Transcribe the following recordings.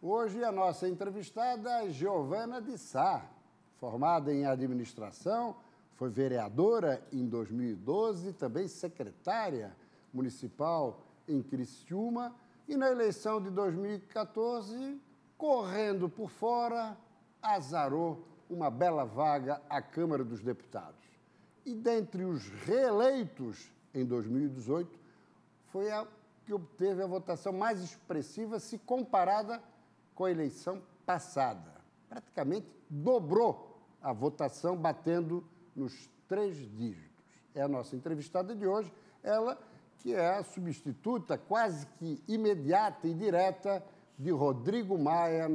Hoje a nossa entrevistada é Giovana de Sá, formada em administração, foi vereadora em 2012, também secretária municipal em Criciúma e na eleição de 2014, correndo por fora, azarou uma bela vaga à Câmara dos Deputados. E dentre os reeleitos em 2018, foi a que obteve a votação mais expressiva se comparada com a eleição passada. Praticamente dobrou a votação, batendo nos 3 dígitos. É a nossa entrevistada de hoje, ela que é a substituta quase que imediata e direta de Rodrigo Maia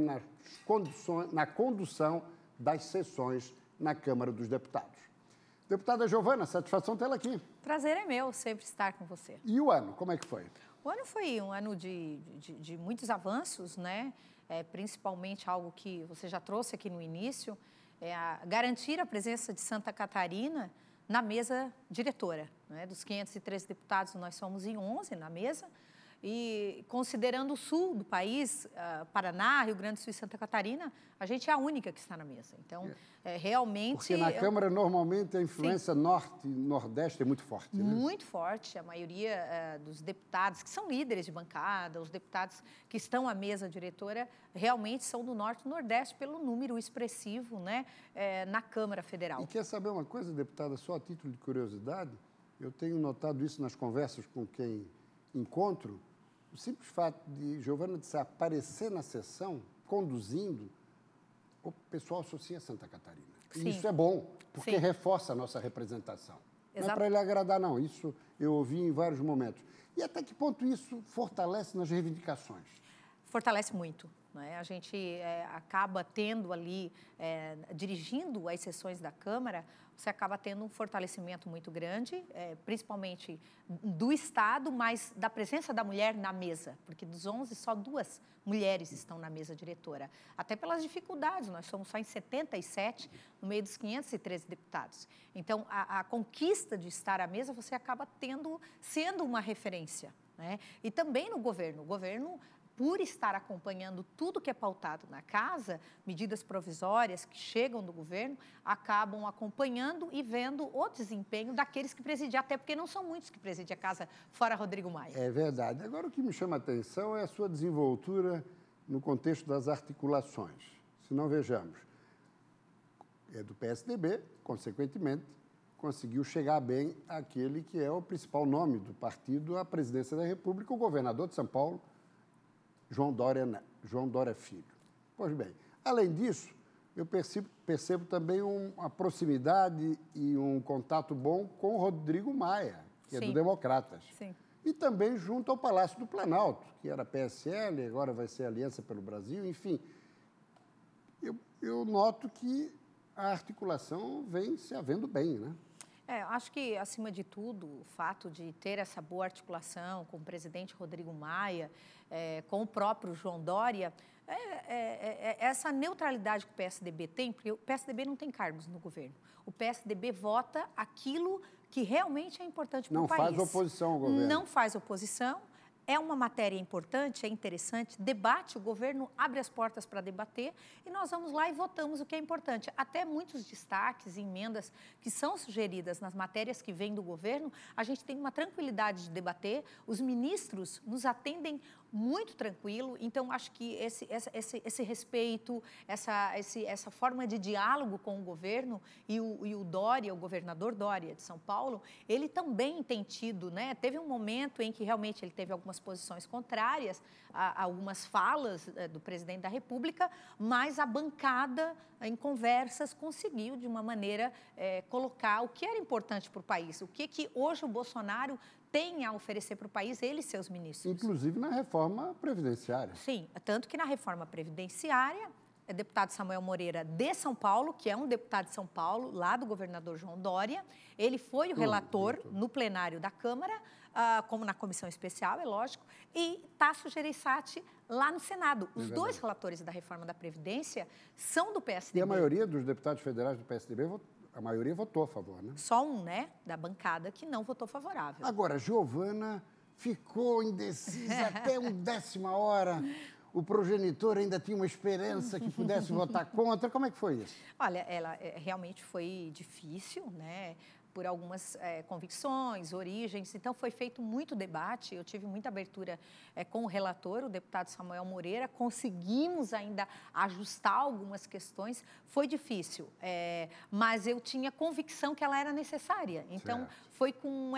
na condução das sessões na Câmara dos Deputados. Deputada Giovana, satisfação tê-la aqui. Prazer é meu sempre estar com você. E o ano, como é que foi? O ano foi um ano de muitos avanços, né? Principalmente algo que você já trouxe aqui no início, garantir a presença de Santa Catarina na mesa diretora, né? Dos 513 deputados, nós somos em 11 na mesa. E considerando o sul do país, Paraná, Rio Grande do Sul e Santa Catarina, a gente é a única que está na mesa. Então, realmente... Porque na Câmara, normalmente, a influência norte e nordeste é muito forte, né? Muito forte. A maioria dos deputados, que são líderes de bancada, os deputados que estão à mesa diretora, realmente são do norte e nordeste, pelo número expressivo, né, na Câmara Federal. E quer saber uma coisa, deputada, só a título de curiosidade? Eu tenho notado isso nas conversas com quem encontro. O simples fato de Giovana de Sá aparecer na sessão, conduzindo, o pessoal associa a Santa Catarina. Sim. Isso é bom, porque Sim. reforça a nossa representação. Exato. Não é para ele agradar, não. Isso eu ouvi em vários momentos. E até que ponto isso fortalece nas reivindicações? Fortalece muito, né? A gente acaba tendo ali, dirigindo as sessões da Câmara, você acaba tendo um fortalecimento muito grande, principalmente do Estado, mas da presença da mulher na mesa, porque dos 11, só 2 mulheres estão na mesa diretora. Até pelas dificuldades, nós somos só em 77, no meio dos 513 deputados. Então, a conquista de estar à mesa, você acaba sendo uma referência, né? E também no governo. O governo, por estar acompanhando tudo que é pautado na casa, medidas provisórias que chegam do governo, acabam acompanhando e vendo o desempenho daqueles que presidem, até porque não são muitos que presidem a casa, fora Rodrigo Maia. É verdade. Agora, o que me chama a atenção é a sua desenvoltura no contexto das articulações. Se não vejamos, é do PSDB, consequentemente, conseguiu chegar bem àquele que é o principal nome do partido à presidência da República, o governador de São Paulo, João Dória Filho. Pois bem, além disso, eu percebo também uma proximidade e um contato bom com o Rodrigo Maia, que é do Democratas. Sim. E também junto ao Palácio do Planalto, que era PSL, agora vai ser Aliança pelo Brasil, enfim. Eu noto que a articulação vem se havendo bem, né? Acho que, acima de tudo, o fato de ter essa boa articulação com o presidente Rodrigo Maia, com o próprio João Dória, essa neutralidade que o PSDB tem, porque o PSDB não tem cargos no governo. O PSDB vota aquilo que realmente é importante para o país. Não faz oposição ao governo. Não faz oposição. É uma matéria importante, é interessante, debate, o governo abre as portas para debater e nós vamos lá e votamos o que é importante. Até muitos destaques e emendas que são sugeridas nas matérias que vêm do governo, a gente tem uma tranquilidade de debater, os ministros nos atendem muito tranquilo, então acho que esse respeito, essa forma de diálogo com o governo e o Dória, o governador Dória de São Paulo, ele também tem tido, né? Teve um momento em que realmente ele teve algumas posições contrárias a algumas falas do presidente da República, mas a bancada, em conversas, conseguiu, de uma maneira, colocar o que era importante para o país, o que hoje o Bolsonaro tem a oferecer para o país, ele e seus ministros. Inclusive na reforma previdenciária. Sim, tanto que na reforma previdenciária, o deputado Samuel Moreira de São Paulo, que é um deputado de São Paulo, lá do governador João Dória, ele foi o relator no plenário da Câmara, como na comissão especial, é lógico, e Tasso Gereissati lá no Senado. Os dois relatores da reforma da Previdência são do PSDB. E a maioria dos deputados federais do PSDB a maioria votou a favor, né? Só um, né, da bancada que não votou favorável. Agora, Giovana ficou indecisa até 10ª hora. o progenitor ainda tinha uma esperança que pudesse votar contra. Como é que foi isso? Olha, ela realmente foi difícil, né? Por algumas convicções, origens. Então, foi feito muito debate. Eu tive muita abertura com o relator, o deputado Samuel Moreira. Conseguimos ainda ajustar algumas questões. Foi difícil, mas eu tinha convicção que ela era necessária. Então, foi com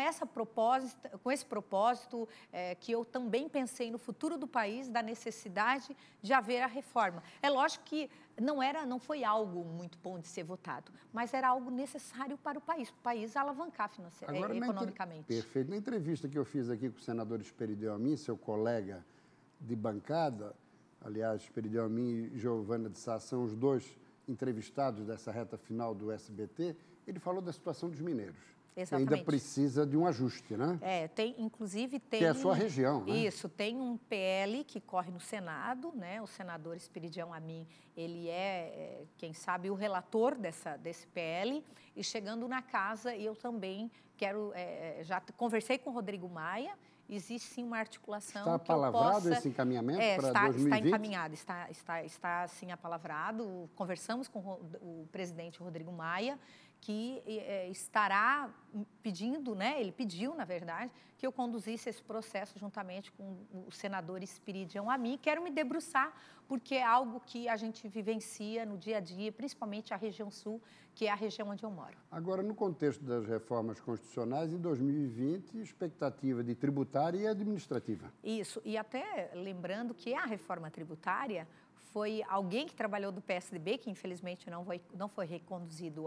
esse propósito que eu também pensei no futuro do país, da necessidade de haver a reforma. É lógico que não foi algo muito bom de ser votado, mas era algo necessário para o país alavancar economicamente. Perfeito. Na entrevista que eu fiz aqui com o senador Espiridão Amin, seu colega de bancada, aliás, Espiridão Amin e Giovana de Sá são os dois entrevistados dessa reta final do SBT, ele falou da situação dos mineiros. Exatamente. Ainda precisa de um ajuste, né? Inclusive tem... Que é a sua região, né? Isso, tem um PL que corre no Senado, né? O senador Espiridão Amin, ele quem sabe, o relator desse PL, e chegando na casa, eu também quero... já conversei com o Rodrigo Maia, existe sim uma articulação está apalavrado esse encaminhamento para 2020? Está encaminhado, está assim apalavrado. Conversamos com o presidente Rodrigo Maia, que estará pedindo, né? Ele pediu, na verdade, que eu conduzisse esse processo juntamente com o senador Espiridão Amin. Quero me debruçar, porque é algo que a gente vivencia no dia a dia, principalmente a região sul, que é a região onde eu moro. Agora, no contexto das reformas constitucionais, em 2020, expectativa de tributária e administrativa. Isso, e até lembrando que a reforma tributária foi alguém que trabalhou do PSDB, que infelizmente não foi reconduzido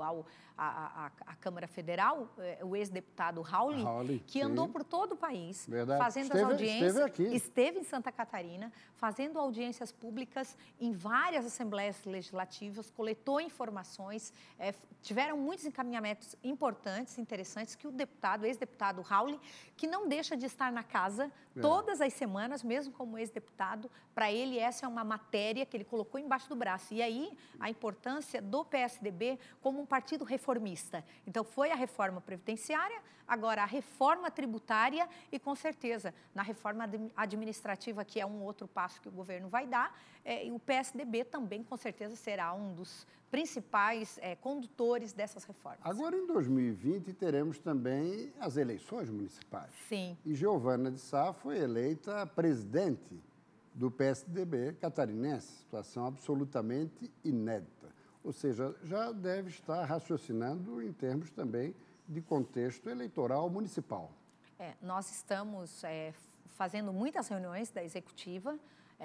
à Câmara Federal, o ex-deputado Rauli, que andou por todo o país, fazendo as audiências. Esteve em Santa Catarina, fazendo audiências públicas em várias assembleias legislativas, coletou informações, tiveram muitos encaminhamentos importantes, interessantes, que o ex-deputado Rauli, que não deixa de estar na casa todas as semanas, mesmo como ex-deputado, para ele essa é uma matéria que ele colocou embaixo do braço. E aí, a importância do PSDB como um partido reformista. Então, foi a reforma previdenciária, agora a reforma tributária e, com certeza, na reforma administrativa, que é um outro passo que o governo vai dar, o PSDB também, com certeza, será um dos principais condutores dessas reformas. Agora, em 2020, teremos também as eleições municipais. Sim. E Giovana de Sá foi eleita presidente do PSDB catarinense, situação absolutamente inédita. Ou seja, já deve estar raciocinando em termos também de contexto eleitoral municipal. Nós estamos fazendo muitas reuniões da executiva,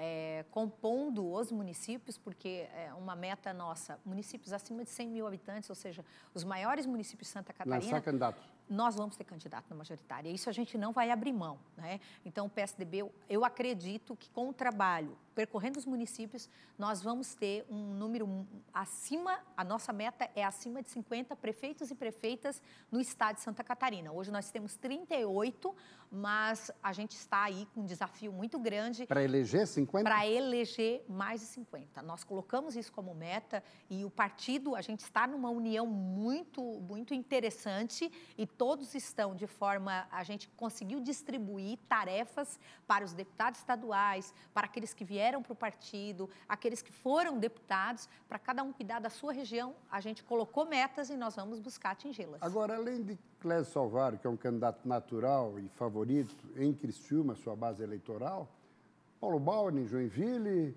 compondo os municípios, porque é uma meta nossa, municípios acima de 100 mil habitantes, ou seja, os maiores municípios de Santa Catarina... Lançar candidatos. Nós vamos ter candidato na majoritária. Isso a gente não vai abrir mão, né? Então, o PSDB, eu acredito que com o trabalho, percorrendo os municípios, nós vamos ter um número acima, a nossa meta é acima de 50 prefeitos e prefeitas no estado de Santa Catarina. Hoje nós temos 38, mas a gente está aí com um desafio muito grande. Para eleger 50? Para eleger mais de 50. Nós colocamos isso como meta e o partido, a gente está numa união muito, muito interessante e todos estão de forma, a gente conseguiu distribuir tarefas para os deputados estaduais, para aqueles que vieram para o partido, aqueles que foram deputados, para cada um cuidar da sua região, a gente colocou metas e nós vamos buscar atingi-las. Agora, além de Clésio Salvário, que é um candidato natural e favorito em Criciúma, sua base eleitoral, Paulo Bauer em Joinville...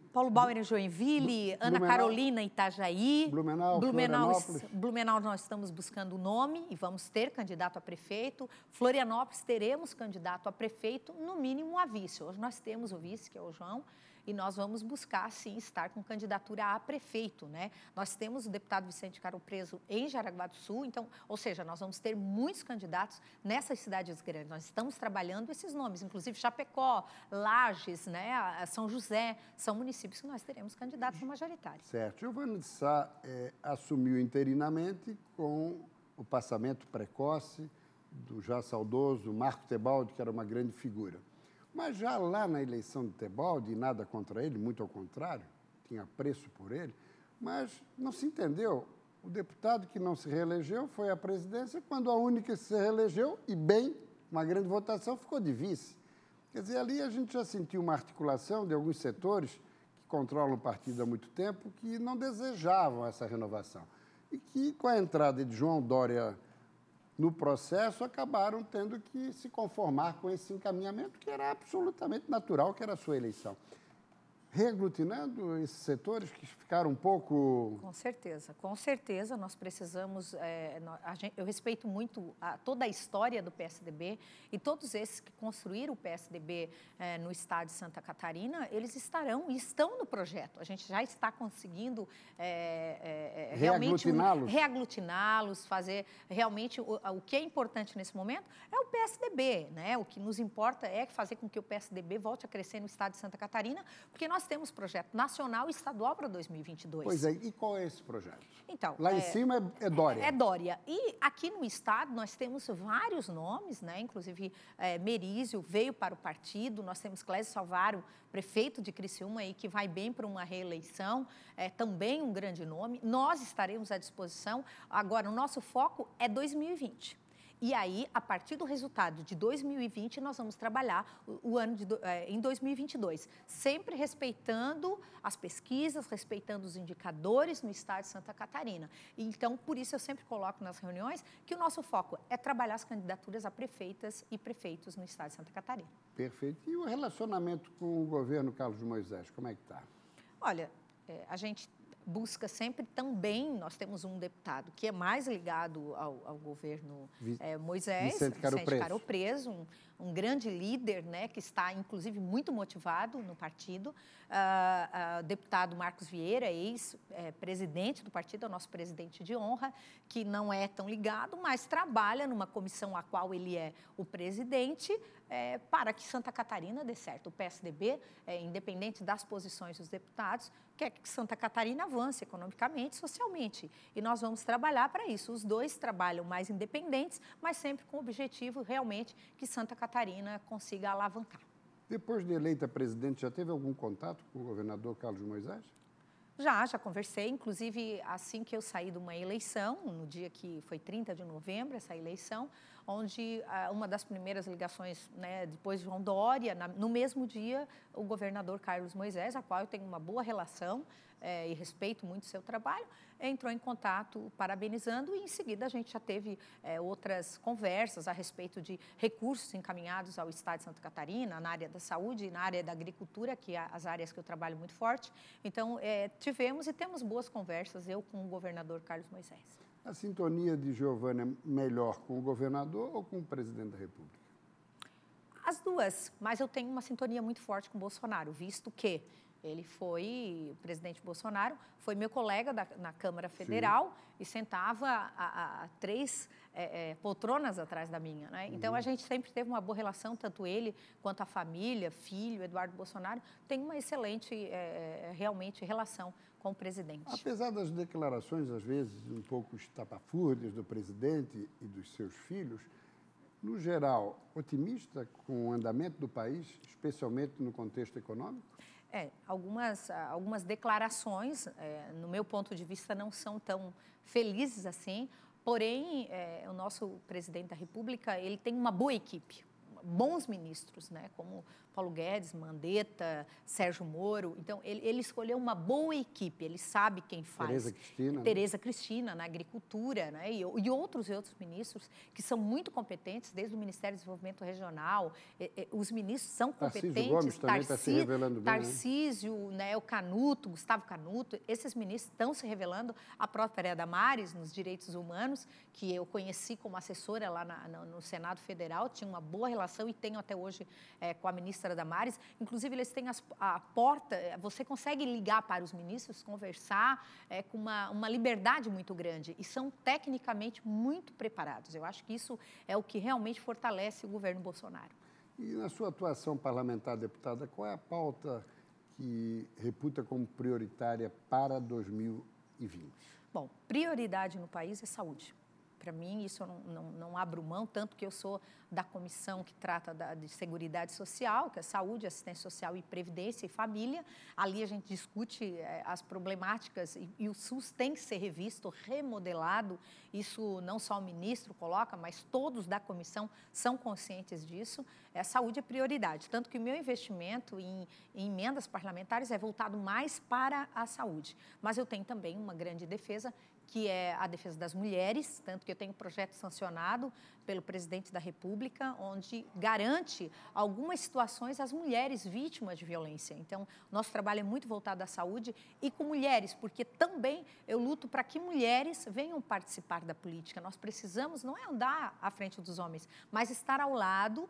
Ana Carolina em Itajaí... Florianópolis. Blumenau nós estamos buscando o nome e vamos ter candidato a prefeito. Florianópolis teremos candidato a prefeito, no mínimo a vice. Hoje nós temos o vice, que é o João, e nós vamos buscar, sim, estar com candidatura a prefeito, né? Nós temos o deputado Vicente Caro Preso em Jaraguá do Sul, então, ou seja, nós vamos ter muitos candidatos nessas cidades grandes. Nós estamos trabalhando esses nomes, inclusive Chapecó, Lages, né? São José, são municípios que nós teremos candidatos majoritários. Certo. Giovana de Sá assumiu interinamente com o passamento precoce do já saudoso Marco Tebaldi, que era uma grande figura. Mas já lá na eleição de Tebaldi, nada contra ele, muito ao contrário, tinha apreço por ele, mas não se entendeu. O deputado que não se reelegeu foi à presidência, quando a única que se reelegeu, e bem, uma grande votação, ficou de vice. Quer dizer, ali a gente já sentiu uma articulação de alguns setores que controlam o partido há muito tempo, que não desejavam essa renovação. E que, com a entrada de João Dória no processo, acabaram tendo que se conformar com esse encaminhamento, que era absolutamente natural, que era a sua eleição. Reaglutinando esses setores que ficaram um pouco... Com certeza, nós precisamos... eu respeito muito toda a história do PSDB e todos esses que construíram o PSDB no estado de Santa Catarina, eles estão no projeto. A gente já está conseguindo realmente reaglutiná-los, fazer realmente o que é importante nesse momento é o PSDB, né? O que nos importa é fazer com que o PSDB volte a crescer no estado de Santa Catarina, porque nós temos projeto nacional e estadual para 2022. Pois é, e qual é esse projeto? Então, lá em cima é Dória. É Dória. E aqui no estado nós temos vários nomes, né? Inclusive Merizio veio para o partido, nós temos Clésio Salvário, prefeito de Criciúma, aí, que vai bem para uma reeleição, também um grande nome. Nós estaremos à disposição. Agora, o nosso foco é 2020. E aí, a partir do resultado de 2020, nós vamos trabalhar em 2022, sempre respeitando as pesquisas, respeitando os indicadores no estado de Santa Catarina. Então, por isso eu sempre coloco nas reuniões que o nosso foco é trabalhar as candidaturas a prefeitas e prefeitos no estado de Santa Catarina. Perfeito. E o relacionamento com o governo Carlos Moisés, como é que está? Olha, a gente busca sempre também, nós temos um deputado que é mais ligado ao governo Moisés, Vicente Caro Preso, um grande líder, né, que está, inclusive, muito motivado no partido. Deputado Marcos Vieira, ex-presidente do partido, é o nosso presidente de honra, que não é tão ligado, mas trabalha numa comissão a qual ele é o presidente, para que Santa Catarina dê certo. O PSDB, independente das posições dos deputados, quer que Santa Catarina avance economicamente, socialmente. E nós vamos trabalhar para isso. Os dois trabalham mais independentes, mas sempre com o objetivo, realmente, que Santa Catarina consiga alavancar. Depois de eleita presidente, já teve algum contato com o governador Carlos Moisés? Já conversei, inclusive assim que eu saí de uma eleição, no dia que foi 30 de novembro, essa eleição, onde uma das primeiras ligações, né, depois de João Dória, no mesmo dia, o governador Carlos Moisés, a qual eu tenho uma boa relação e respeito muito o seu trabalho, entrou em contato parabenizando e em seguida a gente já teve outras conversas a respeito de recursos encaminhados ao estado de Santa Catarina, na área da saúde e na área da agricultura, que é as áreas que eu trabalho muito forte. Então, tivemos e temos boas conversas, eu com o governador Carlos Moisés. A sintonia de Giovana é melhor com o governador ou com o presidente da República? As duas, mas eu tenho uma sintonia muito forte com o Bolsonaro, visto que o presidente Bolsonaro foi meu colega na Câmara Federal. Sim. E sentava a 3 poltronas atrás da minha, né? Então, a gente sempre teve uma boa relação, tanto ele quanto a família, filho, Eduardo Bolsonaro, tem uma excelente, realmente, relação com o presidente. Apesar das declarações, às vezes, um pouco estapafúrdias do presidente e dos seus filhos, no geral, otimista com o andamento do país, especialmente no contexto econômico? Algumas declarações, no meu ponto de vista, não são tão felizes assim, porém, o nosso presidente da República, ele tem uma boa equipe, bons ministros, né, como Paulo Guedes, Mandetta, Sérgio Moro. Então, ele escolheu uma boa equipe, ele sabe quem faz. Tereza Cristina, na agricultura, né, e outros ministros que são muito competentes, desde o Ministério do Desenvolvimento Regional. Os ministros são competentes. Tarcísio Gomes também está se revelando bem. Tarcísio, né, o Canuto, Gustavo Canuto, esses ministros estão se revelando. A própria Damares, nos direitos humanos, que eu conheci como assessora lá no Senado Federal, tinha uma boa relação e tenho até hoje com a ministra Damares. Inclusive, eles têm a porta, você consegue ligar para os ministros, conversar com uma liberdade muito grande e são tecnicamente muito preparados. Eu acho que isso é o que realmente fortalece o governo Bolsonaro. E na sua atuação parlamentar, deputada, qual é a pauta que reputa como prioritária para 2020? Bom, prioridade no país é saúde. Para mim, isso eu não abro mão, tanto que eu sou da comissão que trata de Seguridade Social, que é Saúde, Assistência Social e Previdência e Família. Ali a gente discute as problemáticas e o SUS tem que ser revisto, remodelado. Isso não só o ministro coloca, mas todos da comissão são conscientes disso. Saúde é prioridade, tanto que o meu investimento em emendas parlamentares é voltado mais para a saúde. Mas eu tenho também uma grande defesa, que é a defesa das mulheres, tanto que eu tenho um projeto sancionado pelo presidente da República, onde garante algumas situações às mulheres vítimas de violência. Então, nosso trabalho é muito voltado à saúde e com mulheres, porque também eu luto para que mulheres venham participar da política. Nós precisamos, não é andar à frente dos homens, mas estar ao lado,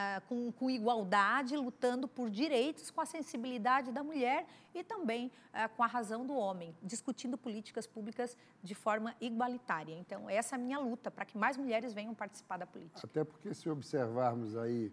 com igualdade, lutando por direitos, com a sensibilidade da mulher e também com a razão do homem, discutindo políticas públicas de forma igualitária. Então, essa é a minha luta, para que mais mulheres venham participar da política. Até porque, se observarmos aí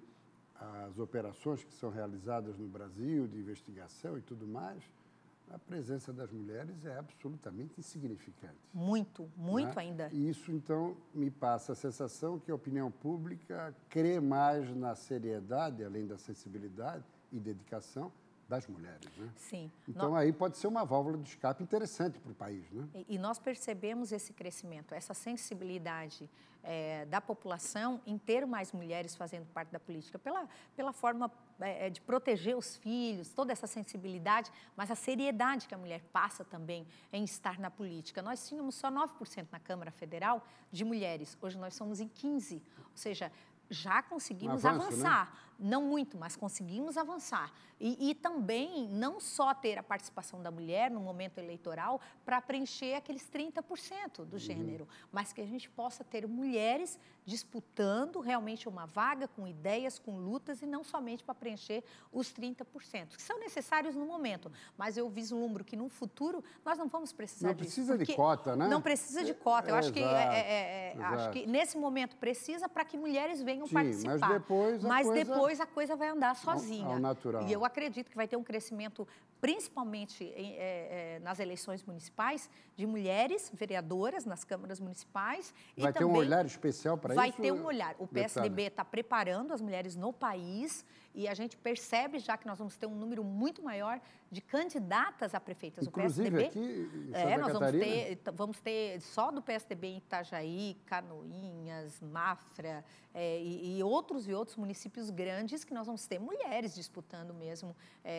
as operações que são realizadas no Brasil, de investigação e tudo mais, a presença das mulheres é absolutamente insignificante. Muito, muito, né? Ainda. E isso, então, me passa a sensação que a opinião pública crê mais na seriedade, além da sensibilidade e dedicação, das mulheres, né? Sim. Então, aí pode ser uma válvula de escape interessante para o país, né? E nós percebemos esse crescimento, essa sensibilidade da população em ter mais mulheres fazendo parte da política, pela forma de proteger os filhos, toda essa sensibilidade, mas a seriedade que a mulher passa também em estar na política. Nós tínhamos só 9% na Câmara Federal de mulheres, hoje nós somos em 15%, ou seja, já conseguimos avançar, né? Não muito, mas conseguimos avançar. E também não só ter a participação da mulher no momento eleitoral para preencher aqueles 30% do gênero, mas que a gente possa ter mulheres disputando realmente uma vaga com ideias, com lutas, e não somente para preencher os 30%, que são necessários no momento. Mas eu vislumbro que no futuro nós não vamos precisar disso. Não precisa de cota, né? Não precisa de cota. Eu acho que nesse momento precisa para que mulheres venham participar. Mas depois a coisa vai andar sozinha. Ao natural. E eu acredito que vai ter um crescimento, principalmente nas eleições municipais, de mulheres vereadoras nas câmaras municipais. Vai ter um olhar especial para isso? Vai ter um olhar. O PSDB está preparando as mulheres no país e a gente percebe já que nós vamos ter um número muito maior de candidatas a prefeitas. Inclusive o PSDB, aqui em Santa nós Catarina? vamos ter só do PSDB em Itajaí, Canoinhas, Mafra e outros municípios grandes que nós vamos ter mulheres disputando mesmo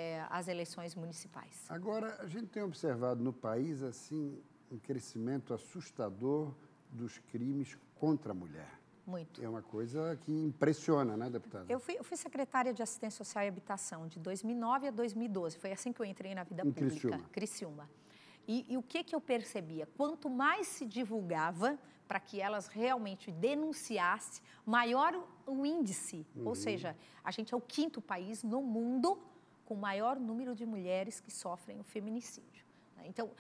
as eleições municipais. Agora, a gente tem observado no país assim um crescimento assustador dos crimes contra a mulher. Muito. É uma coisa que impressiona, né, deputada? Eu fui secretária de Assistência Social e Habitação de 2009 a 2012. Foi assim que eu entrei na vida pública. Criciúma. E o que eu percebia? Quanto mais se divulgava para que elas realmente denunciassem, maior o índice. Ou seja, a gente é o 5º país no mundo com maior número de mulheres que sofrem o feminicídio. Então,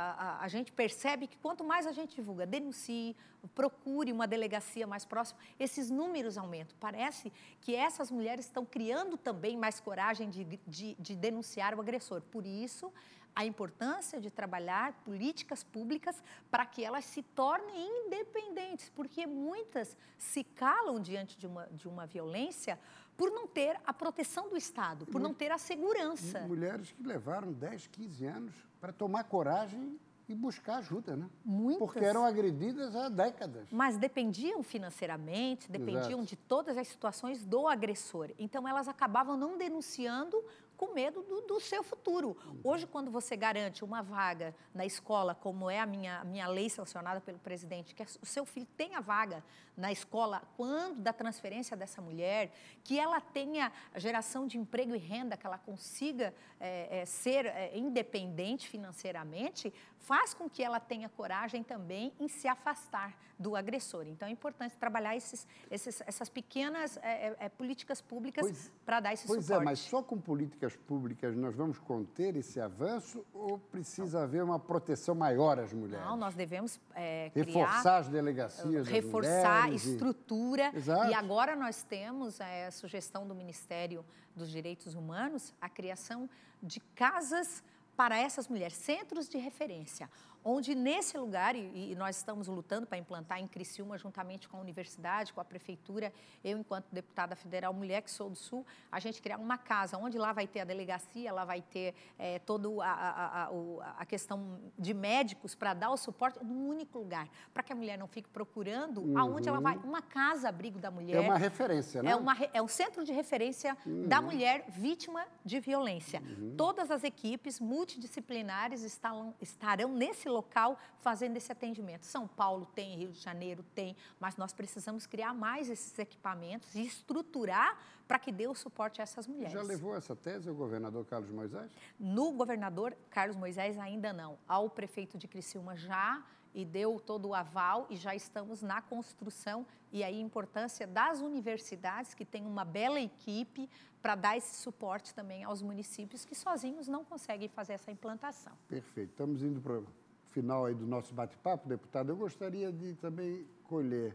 a gente percebe que quanto mais a gente divulga, denuncie, procure uma delegacia mais próxima, esses números aumentam. Parece que essas mulheres estão criando também mais coragem de denunciar o agressor. Por isso, a importância de trabalhar políticas públicas para que elas se tornem independentes, porque muitas se calam diante de uma violência por não ter a proteção do Estado, por não ter a segurança. Mulheres que levaram 10, 15 anos para tomar coragem e buscar ajuda, né? Muitas. Porque eram agredidas há décadas. Mas dependiam financeiramente, dependiam de todas as situações do agressor. Então, elas acabavam não denunciando com medo do seu futuro. Hoje, quando você garante uma vaga na escola, como é a minha lei sancionada pelo presidente, que o seu filho tenha vaga na escola, quando da transferência dessa mulher, que ela tenha geração de emprego e renda, que ela consiga ser independente financeiramente, faz com que ela tenha coragem também em se afastar do agressor. Então, é importante trabalhar essas pequenas políticas públicas para dar esse suporte. Pois é, mas só com políticas públicas nós vamos conter esse avanço ou precisa haver uma proteção maior às mulheres? Não, nós devemos reforçar as delegacias, reforçar a estrutura. Exato. E agora nós temos a sugestão do Ministério dos Direitos Humanos, a criação de casas para essas mulheres, centros de referência, onde nesse lugar, e nós estamos lutando para implantar em Criciúma, juntamente com a universidade, com a prefeitura, eu, enquanto deputada federal mulher, que sou do Sul, a gente criar uma casa, onde lá vai ter a delegacia, lá vai ter toda a questão de médicos para dar o suporte num único lugar, para que a mulher não fique procurando aonde ela vai. Uma casa-abrigo da mulher. É uma referência, né? É um centro de referência da mulher vítima de violência. Todas as equipes multidisciplinares estarão nesse local fazendo esse atendimento. São Paulo tem, Rio de Janeiro tem, mas nós precisamos criar mais esses equipamentos e estruturar para que dê o suporte a essas mulheres. Já levou essa tese ao governador Carlos Moisés? No governador Carlos Moisés ainda não. Ao prefeito de Criciúma já, e deu todo o aval, e já estamos na construção, e aí a importância das universidades, que tem uma bela equipe para dar esse suporte também aos municípios que sozinhos não conseguem fazer essa implantação. Perfeito. Estamos indo para o final aí do nosso bate-papo, deputado. Eu gostaria de também colher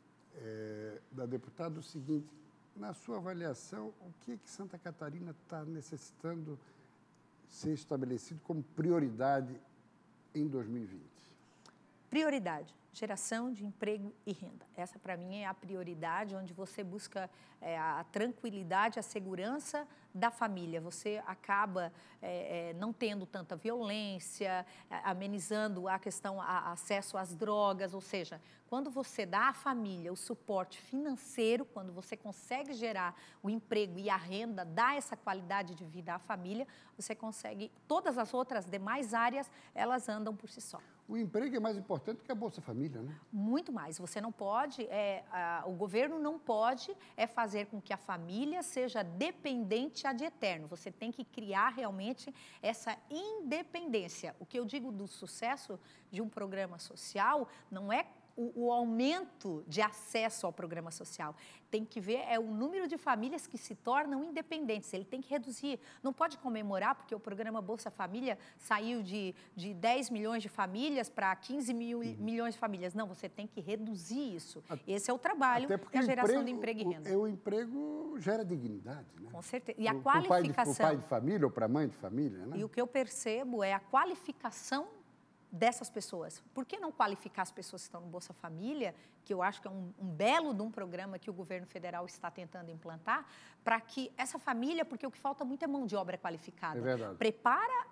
da deputada o seguinte: na sua avaliação, o que Santa Catarina está necessitando ser estabelecido como prioridade em 2020? Prioridade, geração de emprego e renda. Essa, para mim, é a prioridade, onde você busca a tranquilidade, a segurança da família. Você acaba não tendo tanta violência, amenizando a questão, acesso às drogas, ou seja, quando você dá à família o suporte financeiro, quando você consegue gerar o emprego e a renda, dá essa qualidade de vida à família, você consegue, todas as outras demais áreas, elas andam por si só. O emprego é mais importante que a Bolsa Família, né? Muito mais. Você não pode, o governo não pode fazer com que a família seja dependente ad eterno. Você tem que criar realmente essa independência. O que eu digo do sucesso de um programa social não é o aumento de acesso ao programa social. Tem que ver o número de famílias que se tornam independentes. Ele tem que reduzir. Não pode comemorar porque o programa Bolsa Família saiu de 10 milhões de famílias para 15 milhões de famílias. Não, você tem que reduzir isso. Esse é o trabalho e a geração de emprego e renda. O emprego gera dignidade, né? Com certeza. E a qualificação. Para o pai de família ou para a mãe de família, né? E o que eu percebo é a qualificação dessas pessoas. Por que não qualificar as pessoas que estão no Bolsa Família, que eu acho que é um belo de um programa que o governo federal está tentando implantar, para que essa família, porque o que falta muito é mão de obra qualificada. É verdade. Prepara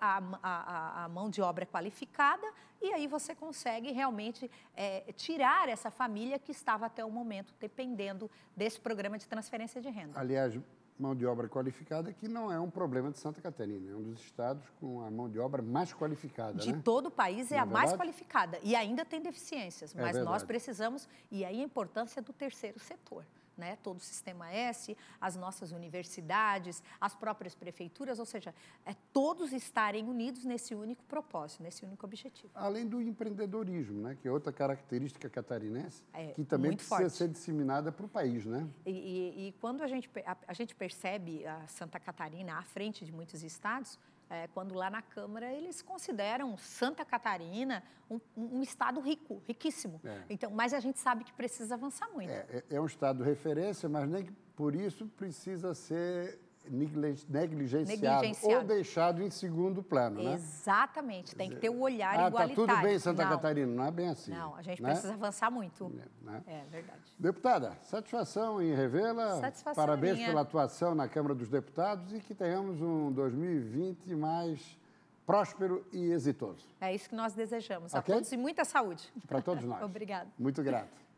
a mão de obra qualificada e aí você consegue realmente tirar essa família que estava até o momento dependendo desse programa de transferência de renda. Aliás, mão de obra qualificada, que não é um problema de Santa Catarina, é um dos estados com a mão de obra mais qualificada. De todo o país é a mais qualificada e ainda tem deficiências, mas nós precisamos, e aí a importância do terceiro setor, né? Todo o Sistema S, as nossas universidades, as próprias prefeituras, ou seja, todos estarem unidos nesse único propósito, nesse único objetivo. Além do empreendedorismo, né? Que é outra característica catarinense, que também precisa forte. ser disseminada para o país, né? E quando a gente percebe a Santa Catarina à frente de muitos estados, quando lá na Câmara eles consideram Santa Catarina um estado rico, riquíssimo. Então, mas a gente sabe que precisa avançar muito. É um estado referência, mas nem por isso precisa ser negligenciado ou deixado em segundo plano, né? Exatamente, tem que ter o olhar igualitário. Está tudo bem em Santa Catarina, não é bem assim. Não, a gente precisa avançar muito. É verdade. Deputada, satisfação em revê-la. Satisfação Parabéns minha. pela atuação na Câmara dos Deputados e que tenhamos um 2020 mais próspero e exitoso. É isso que nós desejamos. Okay? A todos e muita saúde. Para todos nós. Obrigada. Muito grato.